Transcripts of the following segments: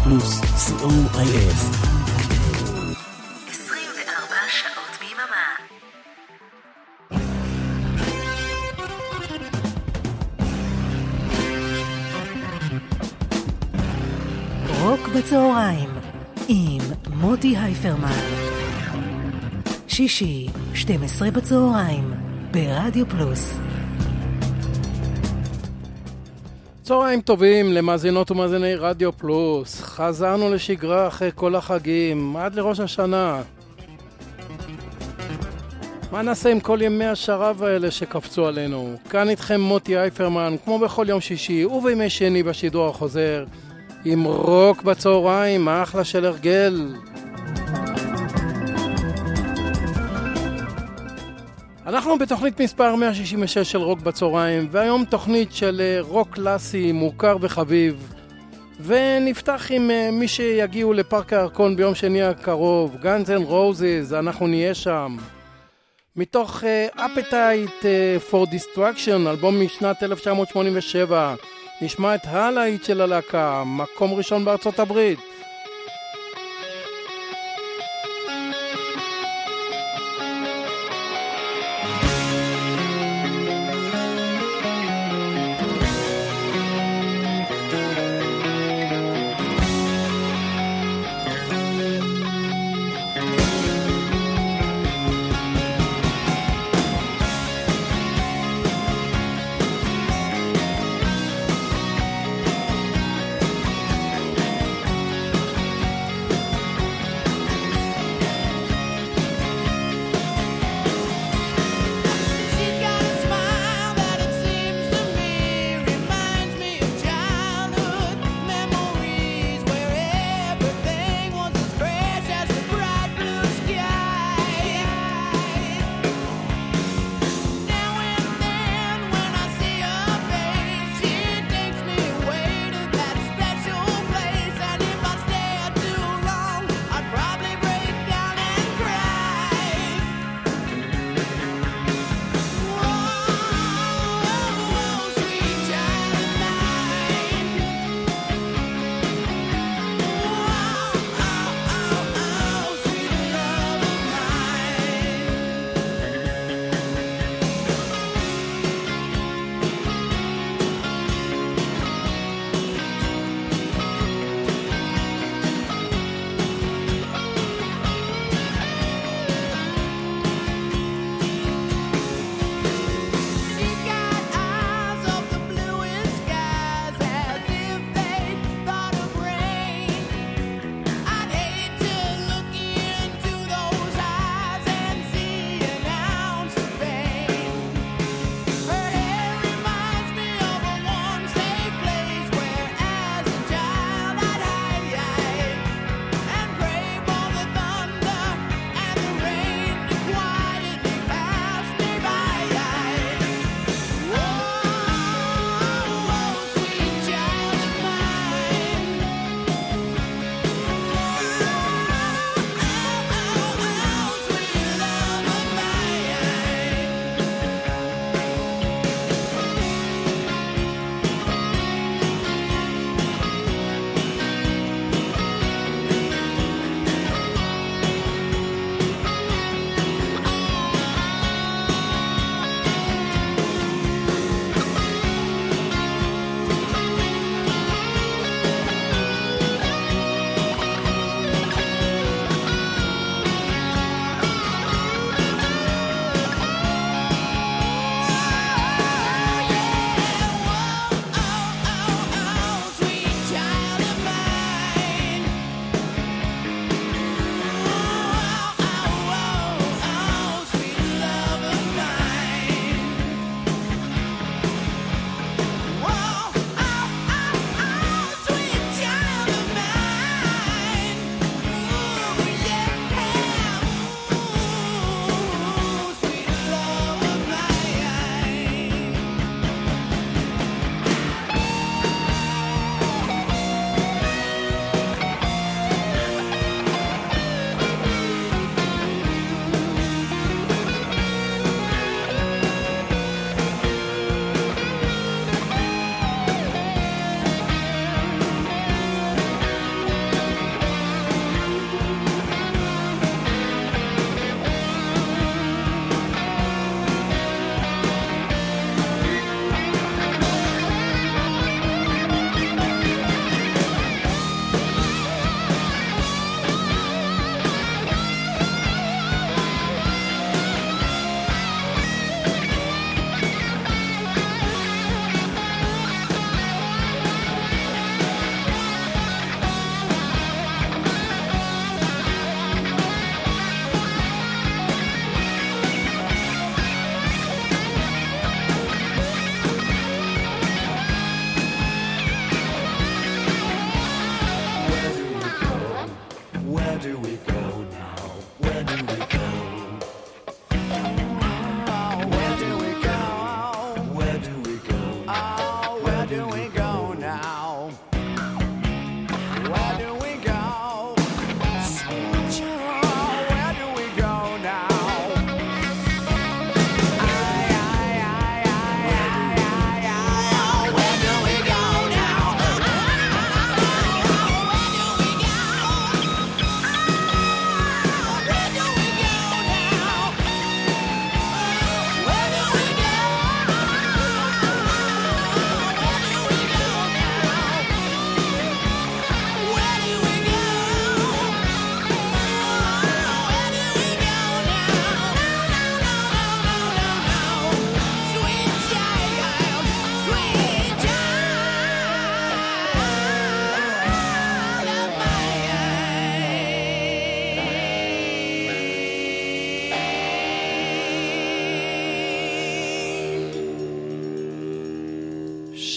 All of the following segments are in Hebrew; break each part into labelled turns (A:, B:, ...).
A: פלוס, co.il.
B: 24 שעות ביממה. רוק בצהריים עם מוטי הייפרמן. שישי, 12 בצהריים, ברדיו פלוס.
C: צהריים טובים למאזינות ומאזיני רדיו פלוס. חזרנו לשגרה אחרי כל החגים, עד לראש השנה. מה נעשה עם כל ימי השרב האלה שקפצו עלינו? כאן איתכם מוטי הייפרמן, כמו בכל יום שישי ובימי שני בשידור החוזר, עם רוק בצהריים, אחלה של הרגל. אנחנו בתוכנית מספר 166 של רוק בצהריים, והיום תוכנית של רוק קלאסי מוכר וחביב, ונפתח עם מי שיגיעו לפארק הירקון ביום שני הקרוב, Guns N' Roses, אנחנו נהיה שם. מתוך Appetite for Destruction, אלבום משנת 1987, נשמע את הלהיט של הלהקה, מקום ראשון בארצות הברית.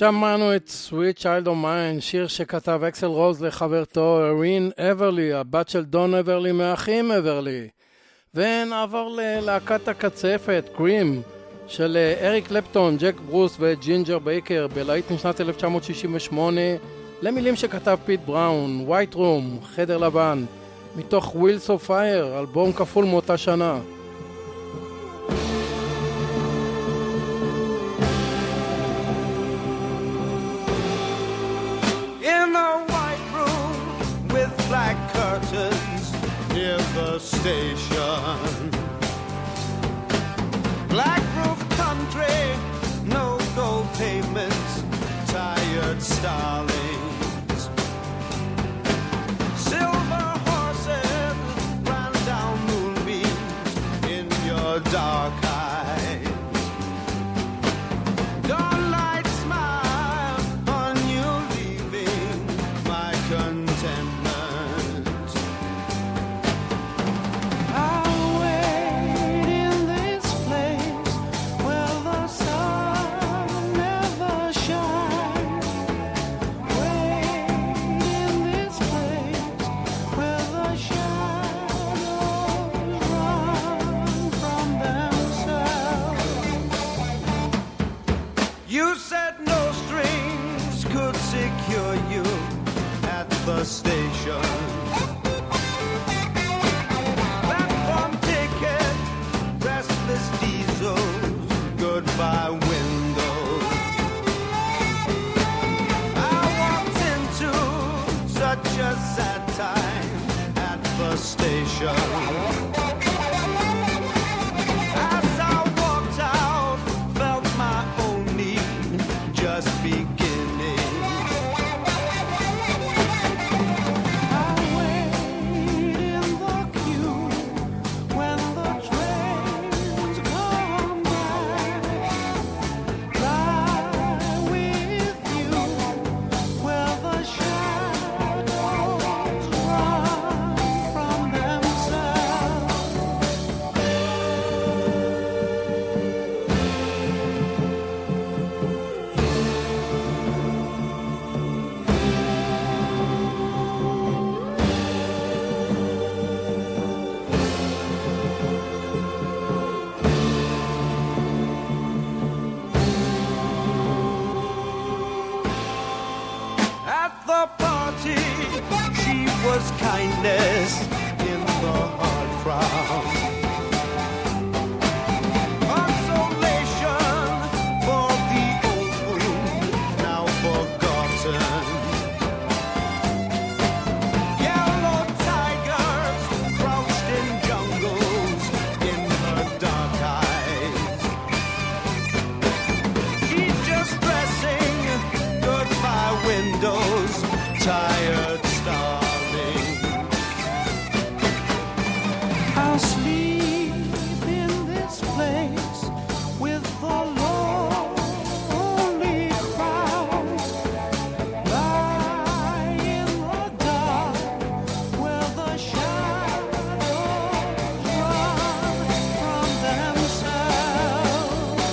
C: שמענו את Sweet Child of Mine, שיר שכתב אקסל רוז לחברתו ארין אברלי, הבת של דון אברלי מהאחים אברלי. ונעבור ללהקת הקצפת, קרים, של אריק קלפטון, ג'ק ברוס וג'ינג'ר בייקר, בלהיט משנת 1968, למילים שכתב פיט בראון, White Room, חדר לבן, מתוך Wheels of Fire, אלבום כפול מאותה שנה.
D: Black curtains near the station, black roof country, no gold payments, tired starlings, silver horses ran down moonbeams in your dark eyes. Dawnlight smile on you leaving my contentment. The station, platform ticket, restless diesels, goodbye windows. I walked into such a sad time at the station. As I walked out, felt my own need just beginning. Kindness in the hard crowd, consolation for the old wound now forgotten. Yellow tigers crouched in jungles in her dark eyes. She's just dressing goodbye windows, tired stars. I'll sleep in this place with the lonely crowd. Lie in the dark where the shadows run from themselves.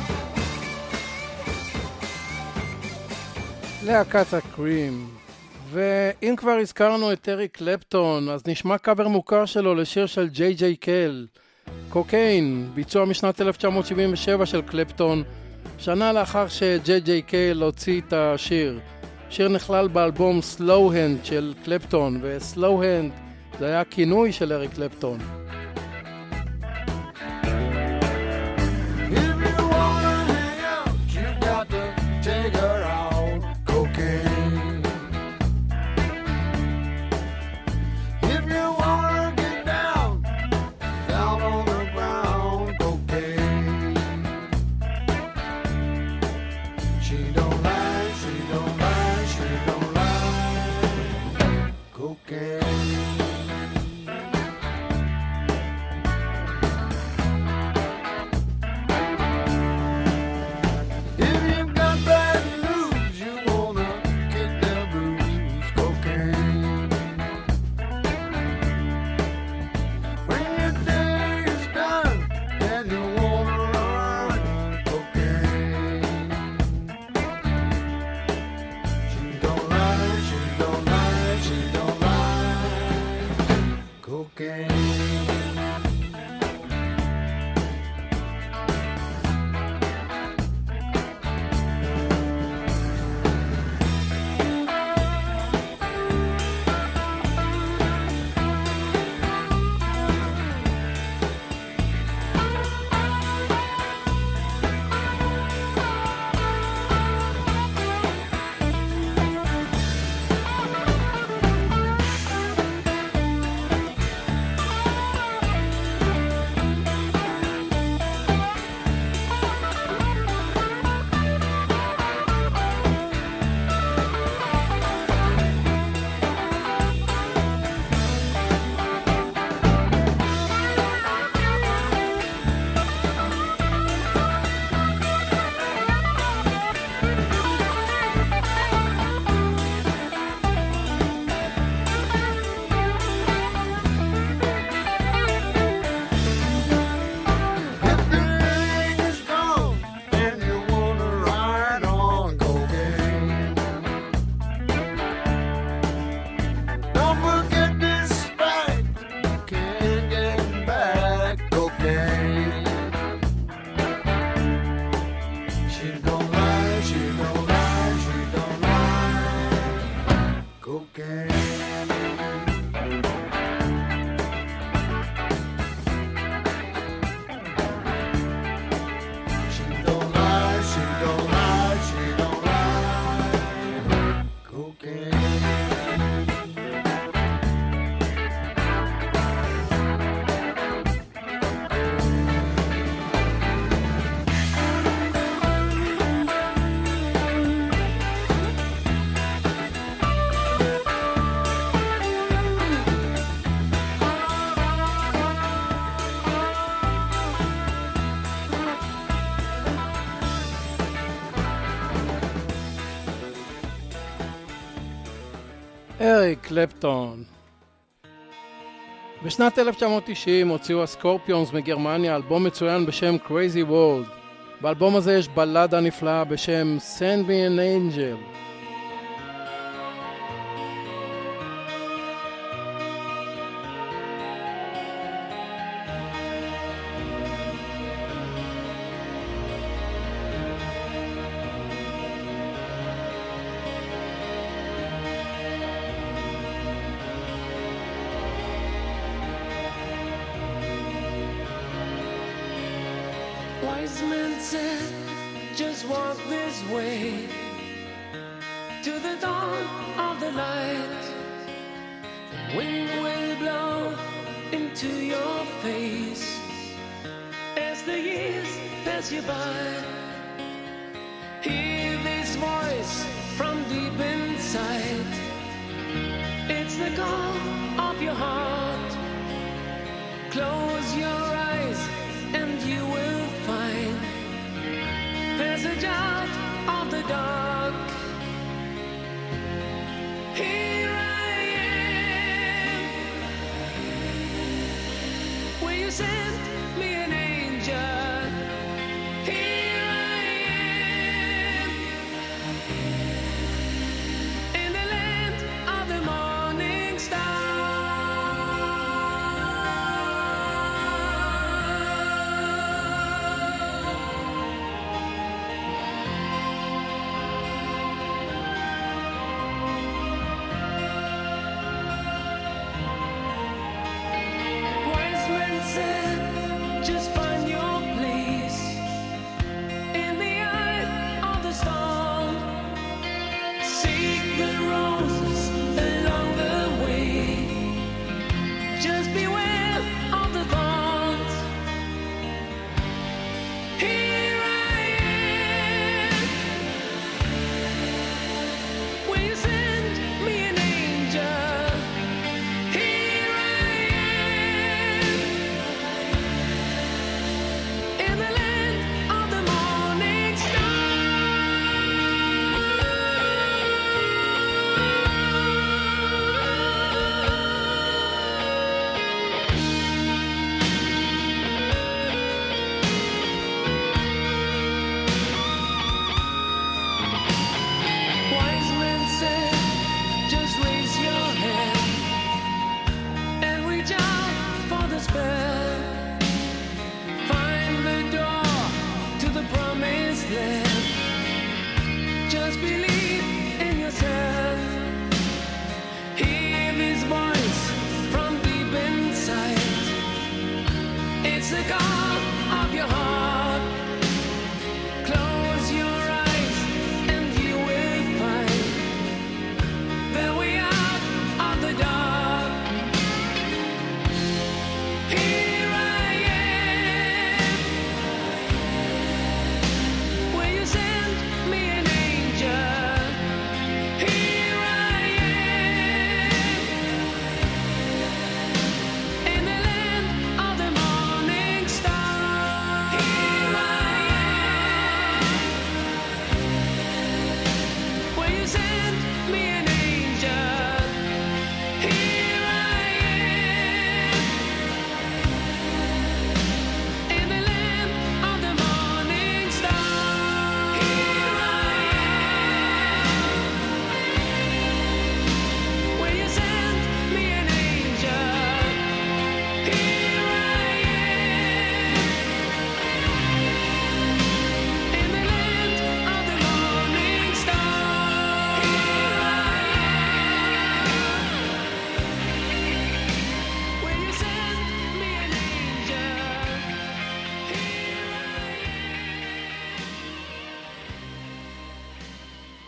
C: להקת הקרים, ואם כבר הזכרנו את אריק קלפטון, אז נשמע קאבר מוכר שלו לשיר של ג'יי ג'יי קל, קוקיין, ביצוע משנת 1977 של קלפטון, שנה לאחר שג'יי ג'יי קל הוציא את השיר. שיר נכלל באלבום Slow Hand של קלפטון, ו-Slow Hand זה היה כינוי של אריק קלפטון. אריק קלפטון. בשנת 1990 הוציאו הסקורפיונס מגרמניה אלבום מצוין בשם Crazy World. באלבום הזה יש בלדה נפלאה בשם Send Me an Angel.
E: Wise men said, just walk this way to the dawn of the light. The wind will blow into your face as the years pass you by. Hear this voice from deep inside. It's the call of your heart. Close your eyes and you will find passage out of the dark. Here I am. Will you send me an angel? Here I am. In the land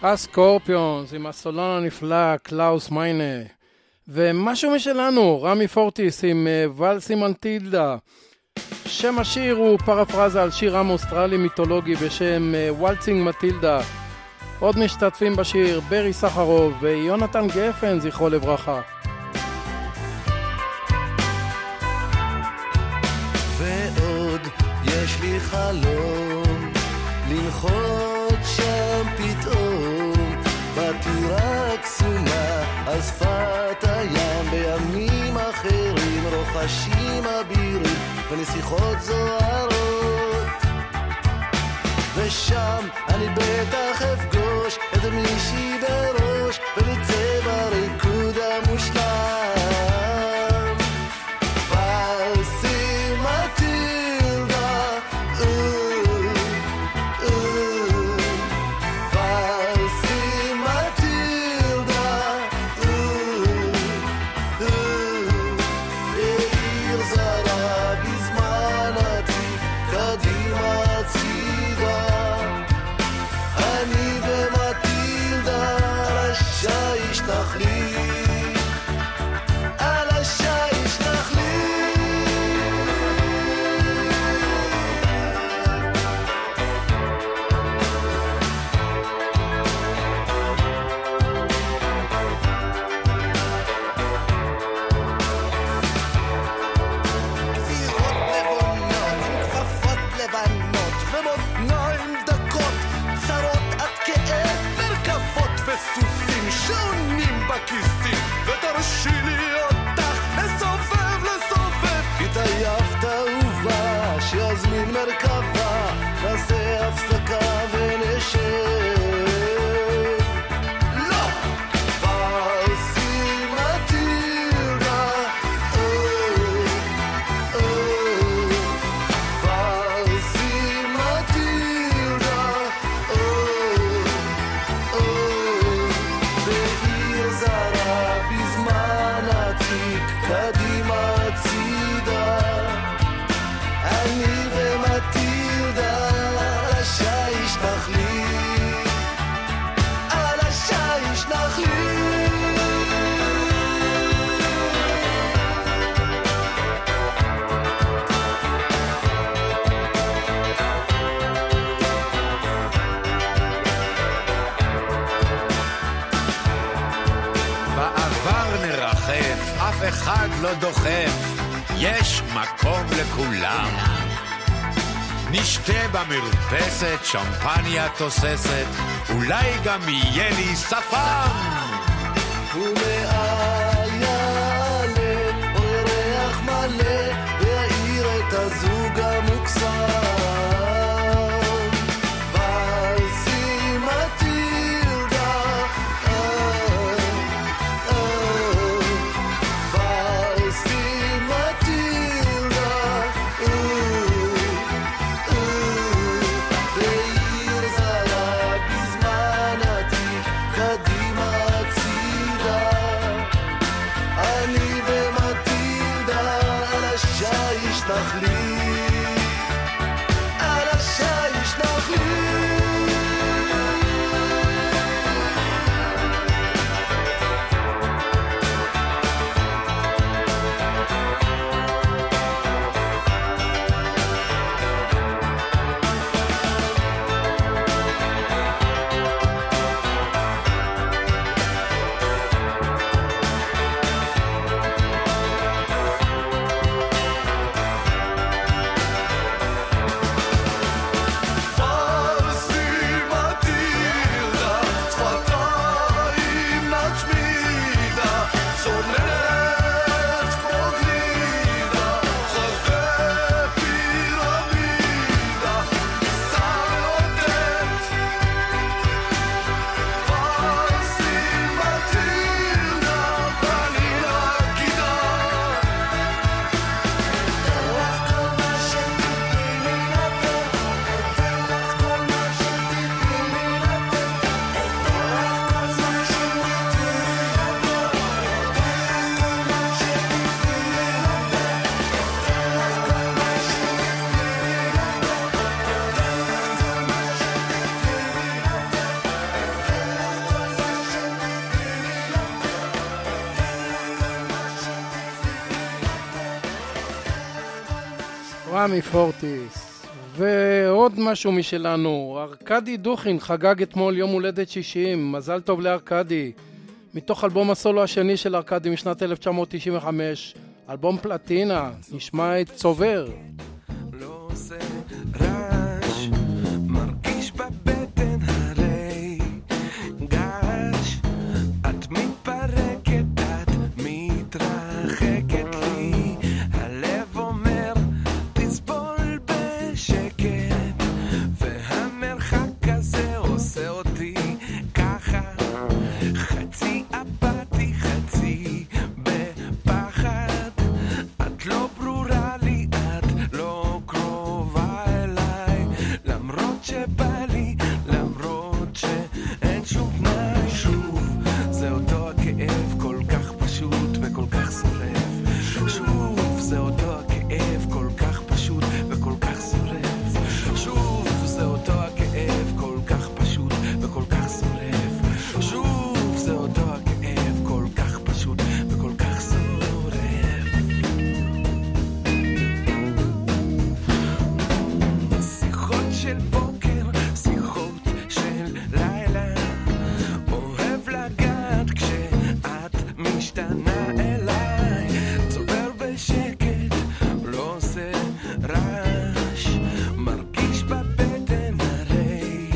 C: הסקורפיונס עם הסולן הנפלא קלאוס מיינה, ומשהו משלנו, רמי פורטיס עם ולסי מנטילדה. שם השיר הוא פרפרזה על שיר עם אוסטרלי מיתולוגי בשם וולצינג מטילדה. עוד משתתפים בשיר ברי סחרוב ויונתן גפן זכרו לברכה.
D: ועוד יש לי חלום לנחות שם פתאום בטירה קסומה על שפת הים, בימים אחרים רוחשים אבירים ונסיכות זוהרות, ושם אני בטח אפגוש איזה מישהי בראש ונצא בריקוד המושלם. ולסי מטילדה, ולסי מטילדה, בעיר זרה בזמן עתיק קדימה הצידה, אני ומטילדה על השיש נחליט, על השיש נחליט. גבירות לבונות עם כפפות לבנות ומותניים דקות צרות עד כאב, מרכבות וסוסים שעונים בכיסים, ותרשי לי אותך לסובב לסובב, התעייפת אהובה שיזמין מרכבה, נעשה הפסקה ונשב. לא! ולסי מטילדה, ולסי מטילדה, בעיר זרה בזמן עתיק קדימה הצידה, אני ומטילדה על השיש נחליט, על השיש נחליט.
F: בעבר נרחף, אף אחד לא דוחף, יש מקום לכולם. נשתה במרפסת, שמפניה תוססת, אולי גם יהיה לי שפם.
D: ומעל יעלה אור ריח מלא ויעיר את הזוג המוקסם. ולסי מטילדה, ולסי מטילדה, בעיר זרה בזמן עתיק קדימה הצידה, אני ומטילדה על השיש נחליט, על השיש נחליט.
C: רמי פורטיס. ועוד משהו משלנו, ארקדי דוכין חגג אתמול יום הולדת 60, מזל טוב לארקדי, מתוך אלבום הסולו השני של ארקדי משנת 1995, אלבום פלטינה, נשמע את צובר.
G: לא עושה רעש, מרגיש בבטן הרי גש, את מתפרקת, את מתרחקת לי, הלב אומר תסבול בשקט, והמרחק הזה עושה אותי ככה, חצי אפתי חצי בפחד, את לא ברורה לי, את לא קרובה אליי, למרות שבא לי, למרות שאין שום תנאי, שוב זה אותו הכאב כל כך פשוט וכל כך שורף, שוב זה אותו הכאב כל כך פשוט וכל כך שורף, שוב זה אותו הכאב כל כך פשוט וכל כך שורף, שוב זה אותו הכאב כל כך פשוט וכל כך שורף. שיחות של בוקר, שיחות של לילה, אוהב לגעת כשאת משתנה אליי, צובר בשקט, לא עושה רעש, מרגיש בבטן הרי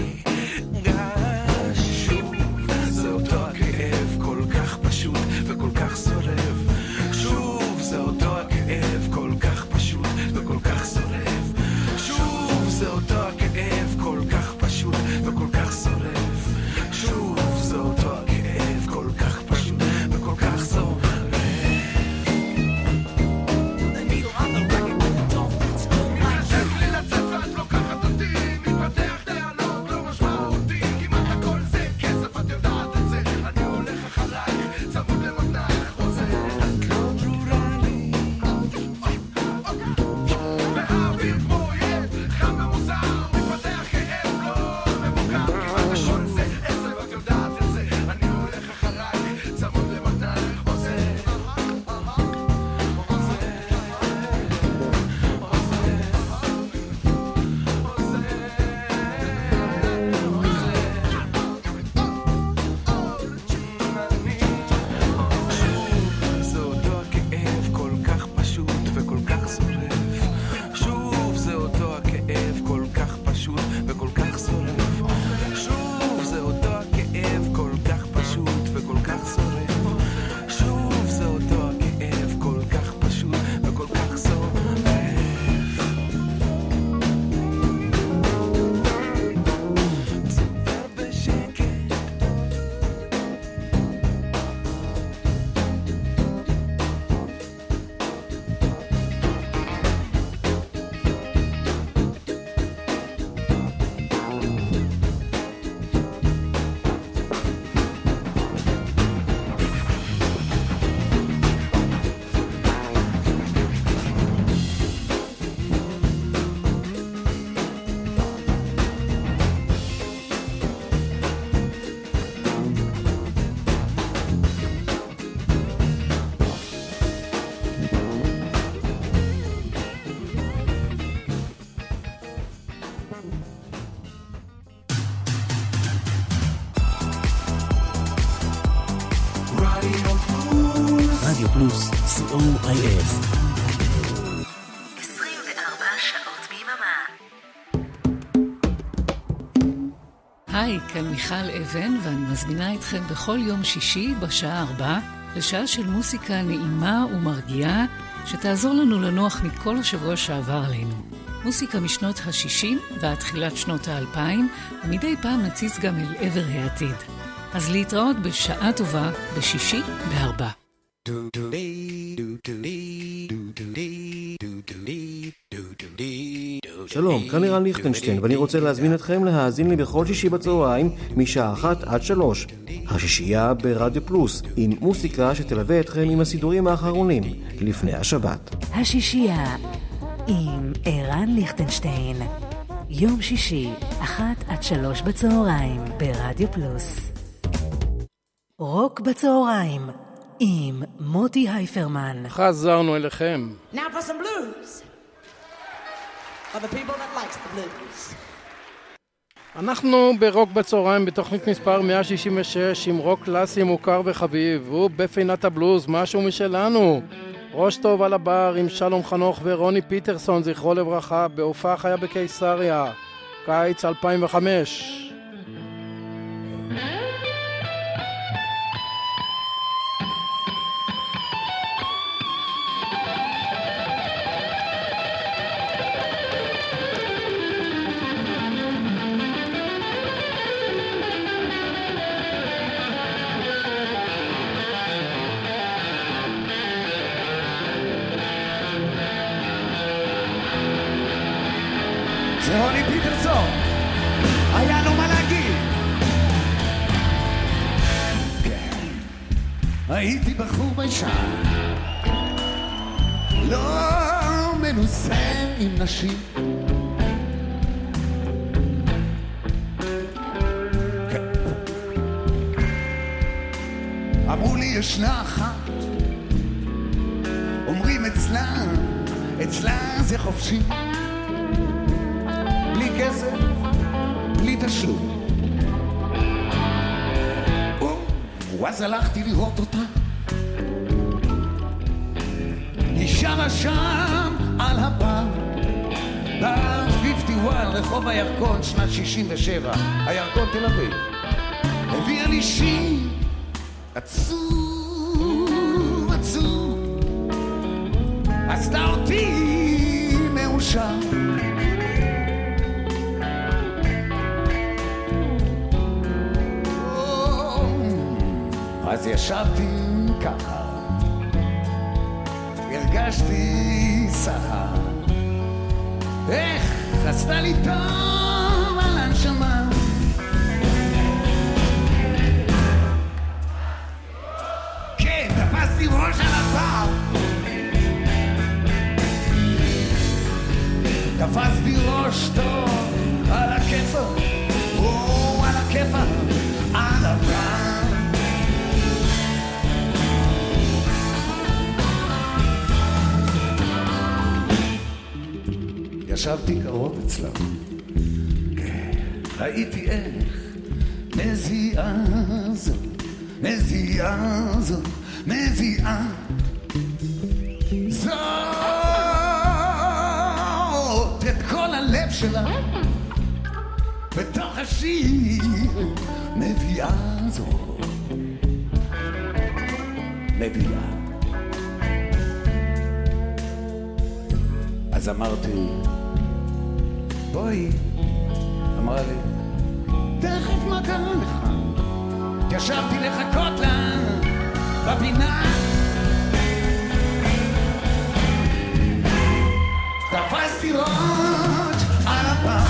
G: גש, שוב זה אותו הכאב כל כך פשוט וכל כך שורף, שוב זה אותו הכאב כל כך פשוט וכל כך שורף, שוב זה אותו הכאב כל כך פשוט וכל כך שורף, שוב זה אותו הכאב כל כך פשוט וכל כך שורף.
A: רדיו פלוס, COIF.
B: 24 שעות ביממה.
H: היי, כאן מיכל אבן, ואני מזמינה אתכם בכל יום שישי בשעה 4 לשעה של מוסיקה נעימה ומרגיעה שתעזור לנו לנוח מכל השבוע שעבר עלינו. מוסיקה משנות ה-60 ועד תחילת שנות ה-2000, ומדי פעם נציץ גם אל עבר העתיד. אז להתראות בשעה טובה בשישי ב-4.
I: שלום, כאן לירן ליכטנשטיין, ואני רוצה להזמין אתכם להאזין לי בכל שישי בצהריים משעה 1 עד 3. השישייה ברדיו פלוס, עם מוסיקה שתלווה אתכם עם הסידורים האחרונים לפני השבת.
B: השישייה עם ערן ליכטנשטיין, יום שישי 1 עד 3 בצהריים ברדיו פלוס. רוק בצהריים עם מוטי הייפרמן.
C: חזרנו אליכם.
J: Now for some blues. are the people that likes the blues.
C: אנחנו ברוק בצהריים בתוכנית מספר 166 עם רוק קלאסי מוכר וחביב, ובפינת הבלוז משהו משלנו. ראש טוב על הבר עם שלום חנוך ורוני פיטרסון זכרו לברכה בהופעה חיה בקיסריה, קיץ 2005.
K: זה רוני פיטרסון, היה לו מה להגיד. כן, הייתי בחור ביישן, לא מנוסה עם נשים. כן. אמרו לי ישנה אחת, אומרים אצלה זה חופשי. בלי כסף, בלי תשלום. ואז הלכתי לראות אותה. היא שרה שם על הבר, בר 51, רחוב הירקון, שנת 67, הירקון תל אביב. הביאה לי שיר עצוב, עצוב, עשתה אותי מאושר. אז ישבתי ככה, הרגשתי סחר, איך עשתה לי טוב על הנשמה. כן, תפסתי ראש על הבר, תפסתי ראש טוב על הכיפה, על הכיפה, על הבר. ישבתי קרוב אצלם, ראיתי איך מזיעה זאת את כל הלב שלה בתוך השיר. מביאה זאת, מביאה. אז אמרתי בואי, אמרה לי, תכף מה קרה לך? ישבתי לחכות לה בפינה, תפסתי ראש על הבר,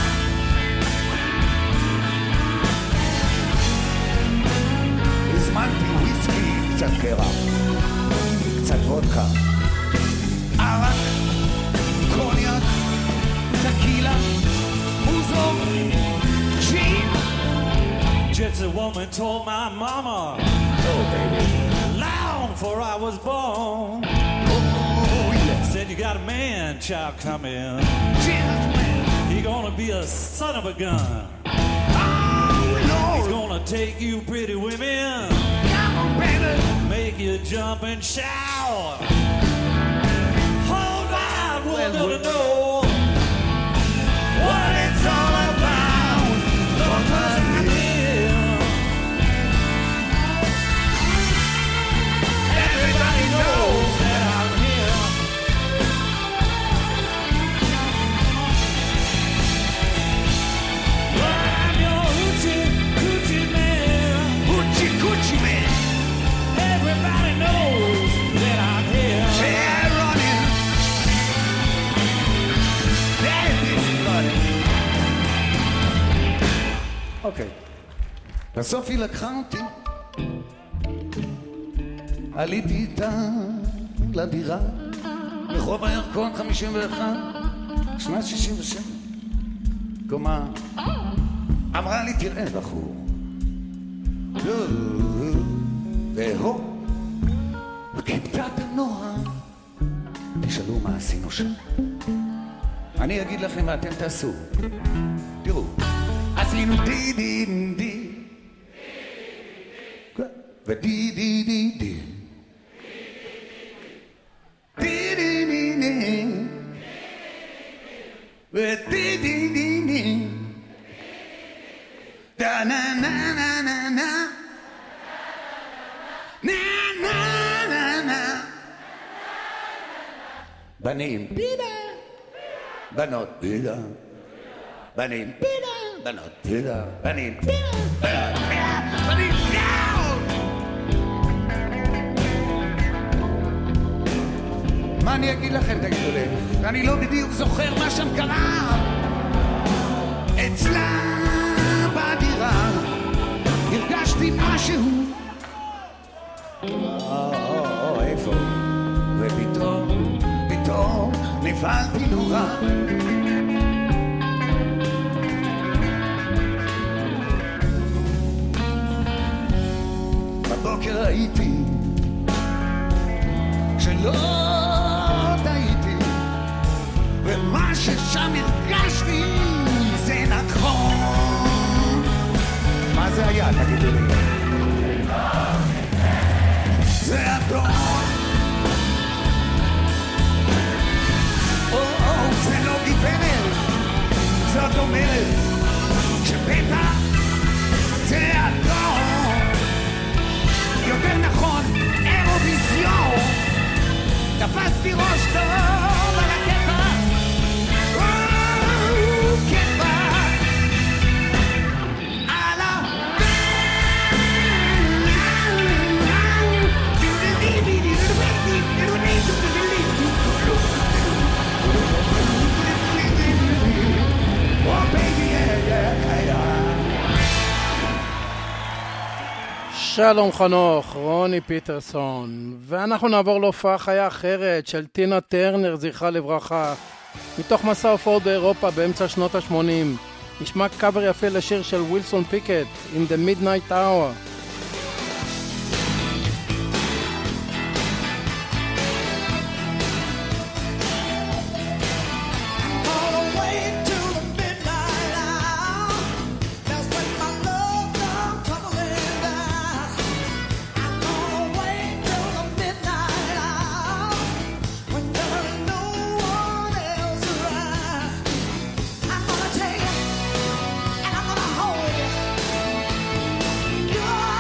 K: הזמנתי וויסקי, קצת קרח, קצת וודקה, ערק, קוניאק, tequila, ouzo, gin.
L: Gypsy woman told my mama,
K: oh baby,
L: long before I was born.
K: Oh yeah.
L: Said you got a man child coming.
K: Jesus man,
L: He gonna be a son of a gun.
K: Oh Lord,
L: he's gonna take you pretty women.
K: Come on baby,
L: make you jump and shout. Whole wide world gonna know what it's all about. Because I'm here. Everybody knows that I'm here. Well, I'm your hoochie coochie man.
K: Hoochie coochie man.
L: Everybody knows that I'm here.
K: Yeah, running. אוקיי, בסוף היא לקחה אותי, עליתי איתה לדירה, רחוב הירקון 51, שנת 67, קומה, אמרה לי תראה בחור, והוא, כיבתה את הנוער, תשאלו מה עשינו שם. אני אגיד לכם מה אתם תעשו. תראו, עשינו די די די ודי די די די די די די די ודי די די די דה נה נה נה נה נה נה נה נה נה בנים פידה בנות פידה בנים פידה בנות פידה בנים פידה בנים פידה. מה אני אגיד לכם, תגידו לי? אני לא בדיוק זוכר מה שם קרה אצלה בדירה, הרגשתי משהו איפה? ופתאום נפלתי נורא. בבוקר ראיתי שלא טעיתי, ומה ששם הרגשתי זה נכון. מה זה היה? תגידו לי. זה אדום. זה לא גברת, זאת אומרת שבטח זה אדום. יותר נכון, אירוויזיון. תפסתי ראש טוב על הכיפה, כיפה על
C: שלום חנוך, רוני פיטרסון, ואנחנו נעבור להופעה חיה אחרת של טינה טרנר, זכרה לברכה, מתוך מסע הופעות באירופה באמצע שנות ה-80. נשמע קאבר יפה לשיר של ווילסון פיקט, In the Midnight Hour.
M: You're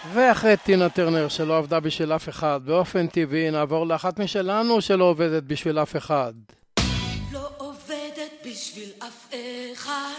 C: ואחרי טינה טרנר שלא עבדה בשביל אף אחד, באופן טבעי נעבור לאחת משלנו שלא עובדת בשביל אף אחד.
M: לא עובדת בשביל אף אחד.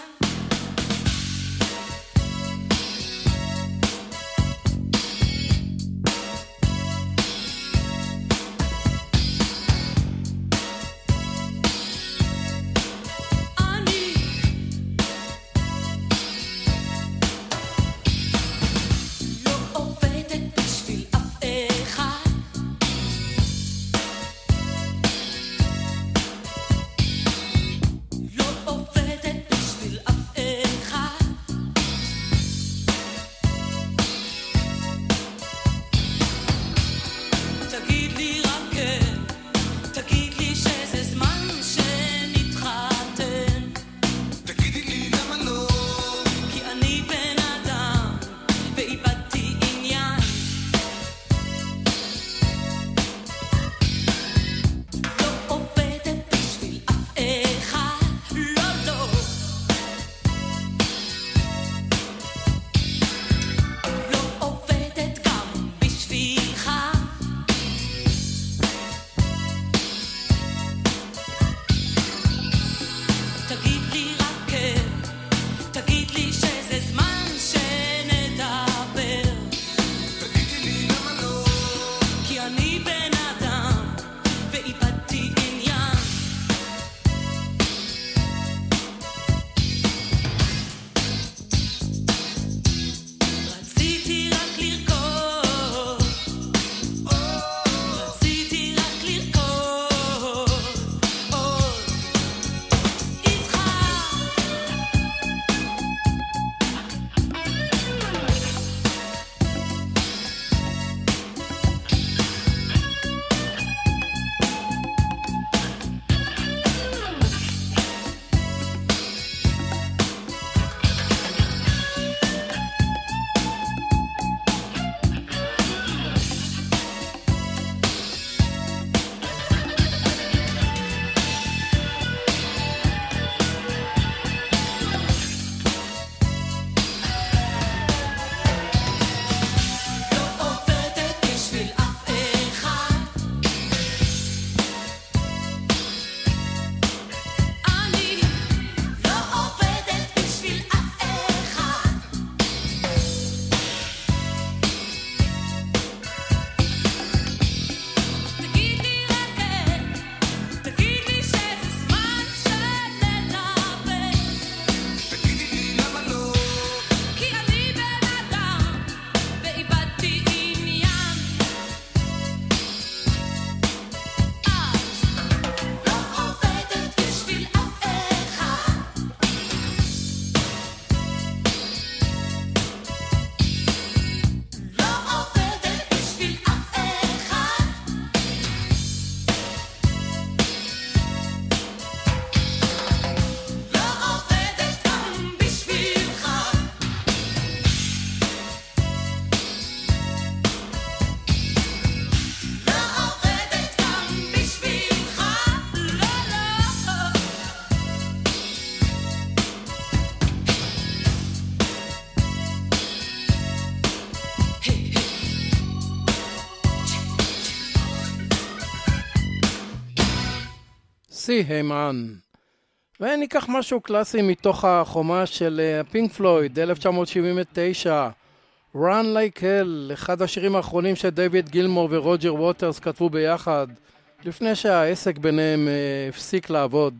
C: סי הימן. וניקח משהו קלאסי מתוך החומה של פינק פלויד, 1979, Run Like Hell, אחד השירים האחרונים שדייוויד גילמור ורוג'ר ווטרס כתבו ביחד, לפני שהעסק ביניהם הפסיק לעבוד.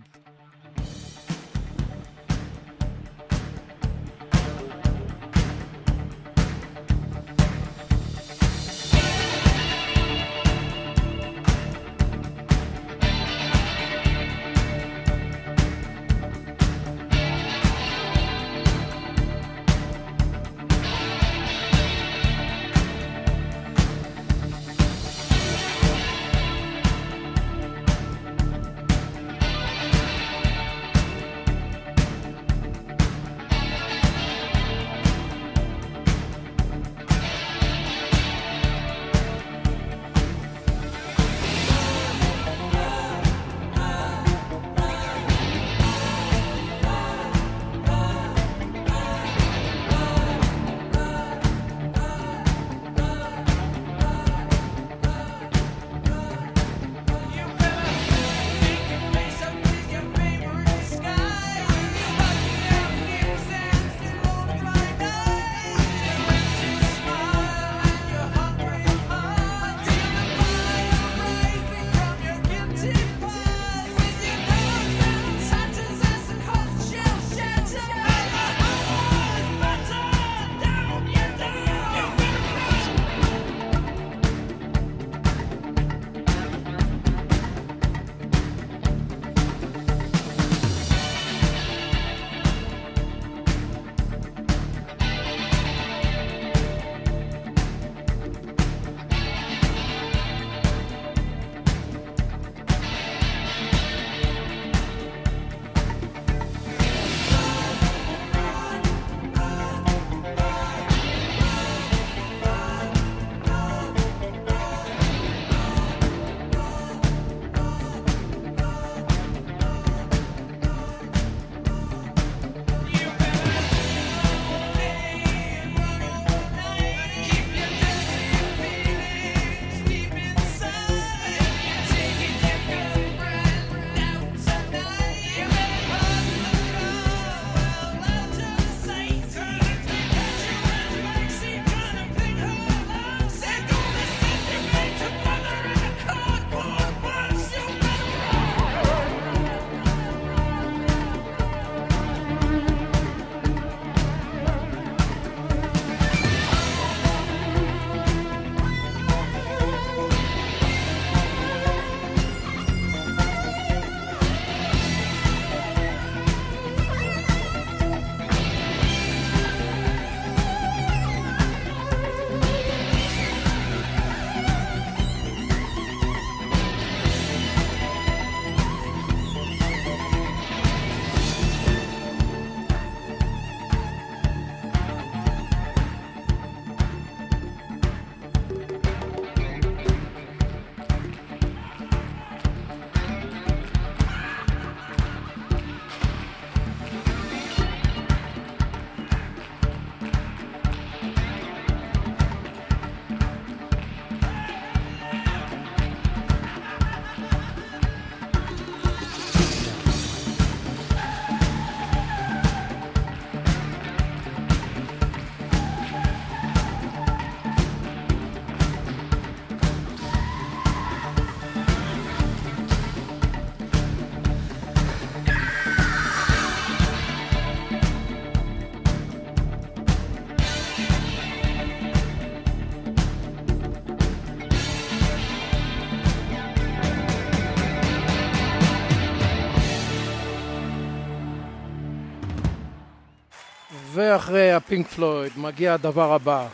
C: ואחרי הפינק פלויד מגיע הדבר הבא.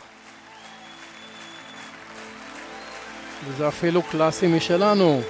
C: וזה אפילו קלאסי משלנו.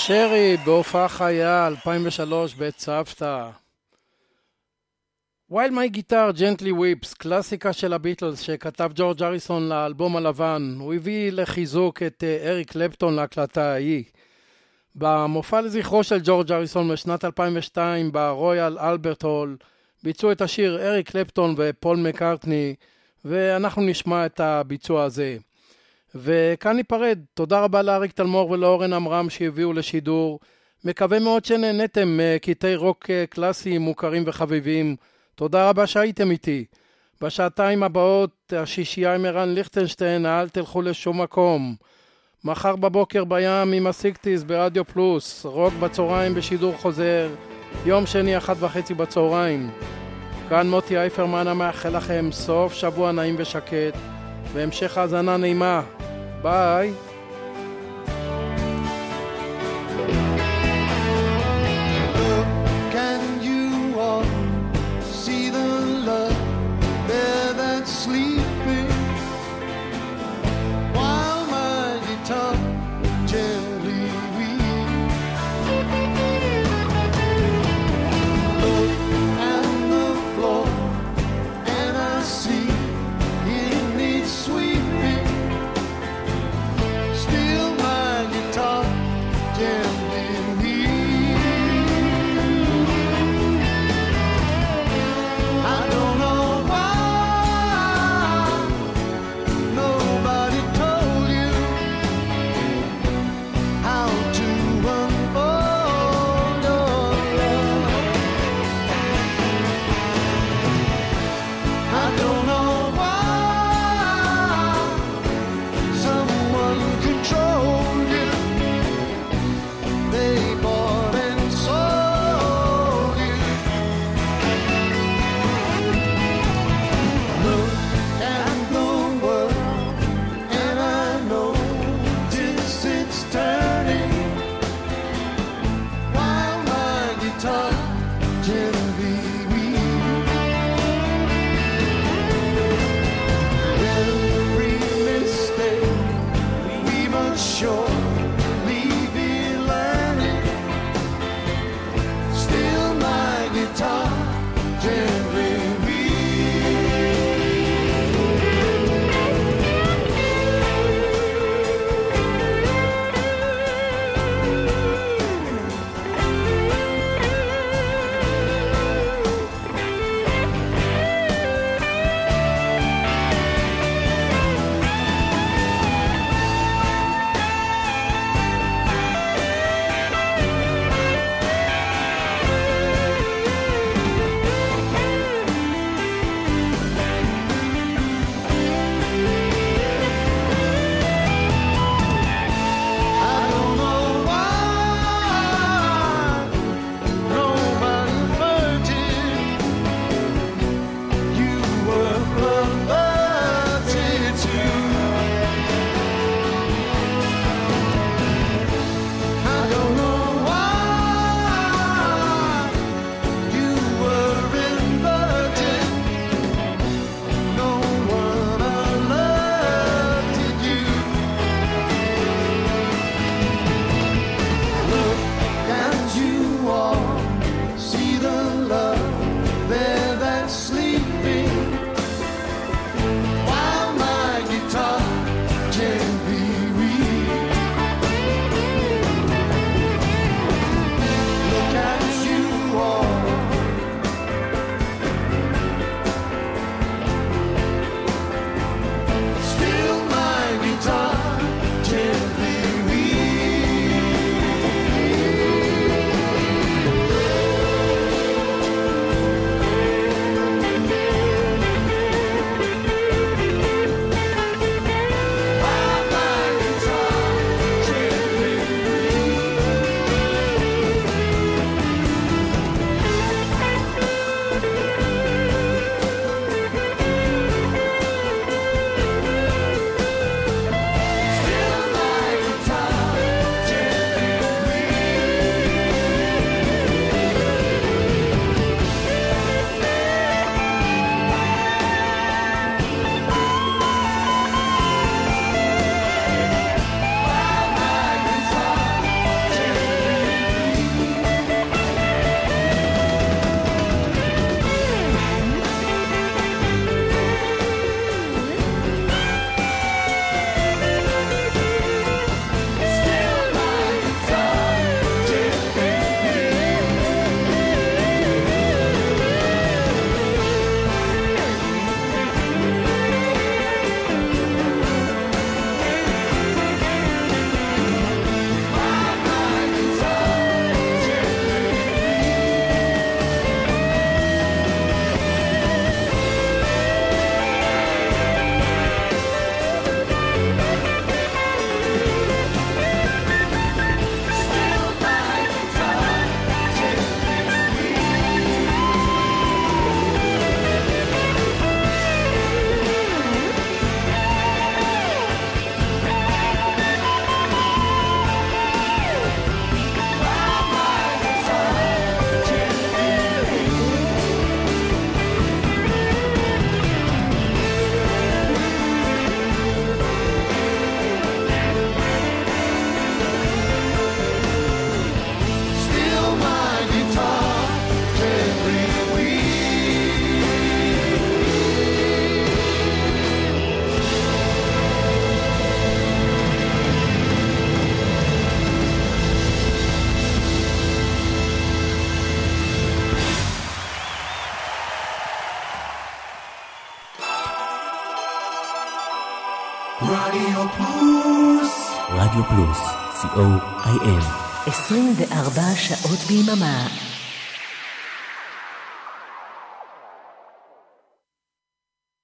C: שרי בהופעה חיה 2003 בית סבתא. While My Guitar Gently Weeps, קלאסיקה של הביטלס שכתב ג'ורג' אריסון לאלבום הלבן. הוא הביא לחיזוק את אריק קלפטון להקלטה ההיא. במופע לזכרו של ג'ורג' אריסון בשנת 2002 ברויאל אלברט הול ביצעו את השיר אריק קלפטון ופול מקארטני, ואנחנו נשמע את הביצוע הזה. וכאן ניפרד. תודה רבה לאריק תלמור ולאורן אמרם שהביאו לשידור. מקווה מאוד שנהנתם מקטעי רוק קלאסי מוכרים וחביבים. תודה רבה שהייתם איתי. בשעתיים הבאות השישייה עם ערן ליכטנשטיין, אל תלכו לשום מקום. מחר בבוקר בים עם הסיקטיז ברדיו פלוס, רוק בצהריים בשידור חוזר, יום שני 1:30 בצהריים. כאן מוטי אייפרמן המאחל לכם סוף שבוע נעים ושקט, והמשך האזנה נעימה. ביי.
D: Sleeping while my guitar gently weeps. Look at the floor and I see it needs sweeping. Still my guitar gently weeps. I don't know why
A: רדיו פלוס. רדיו פלוס, co.il.
B: 24 שעות ביממה.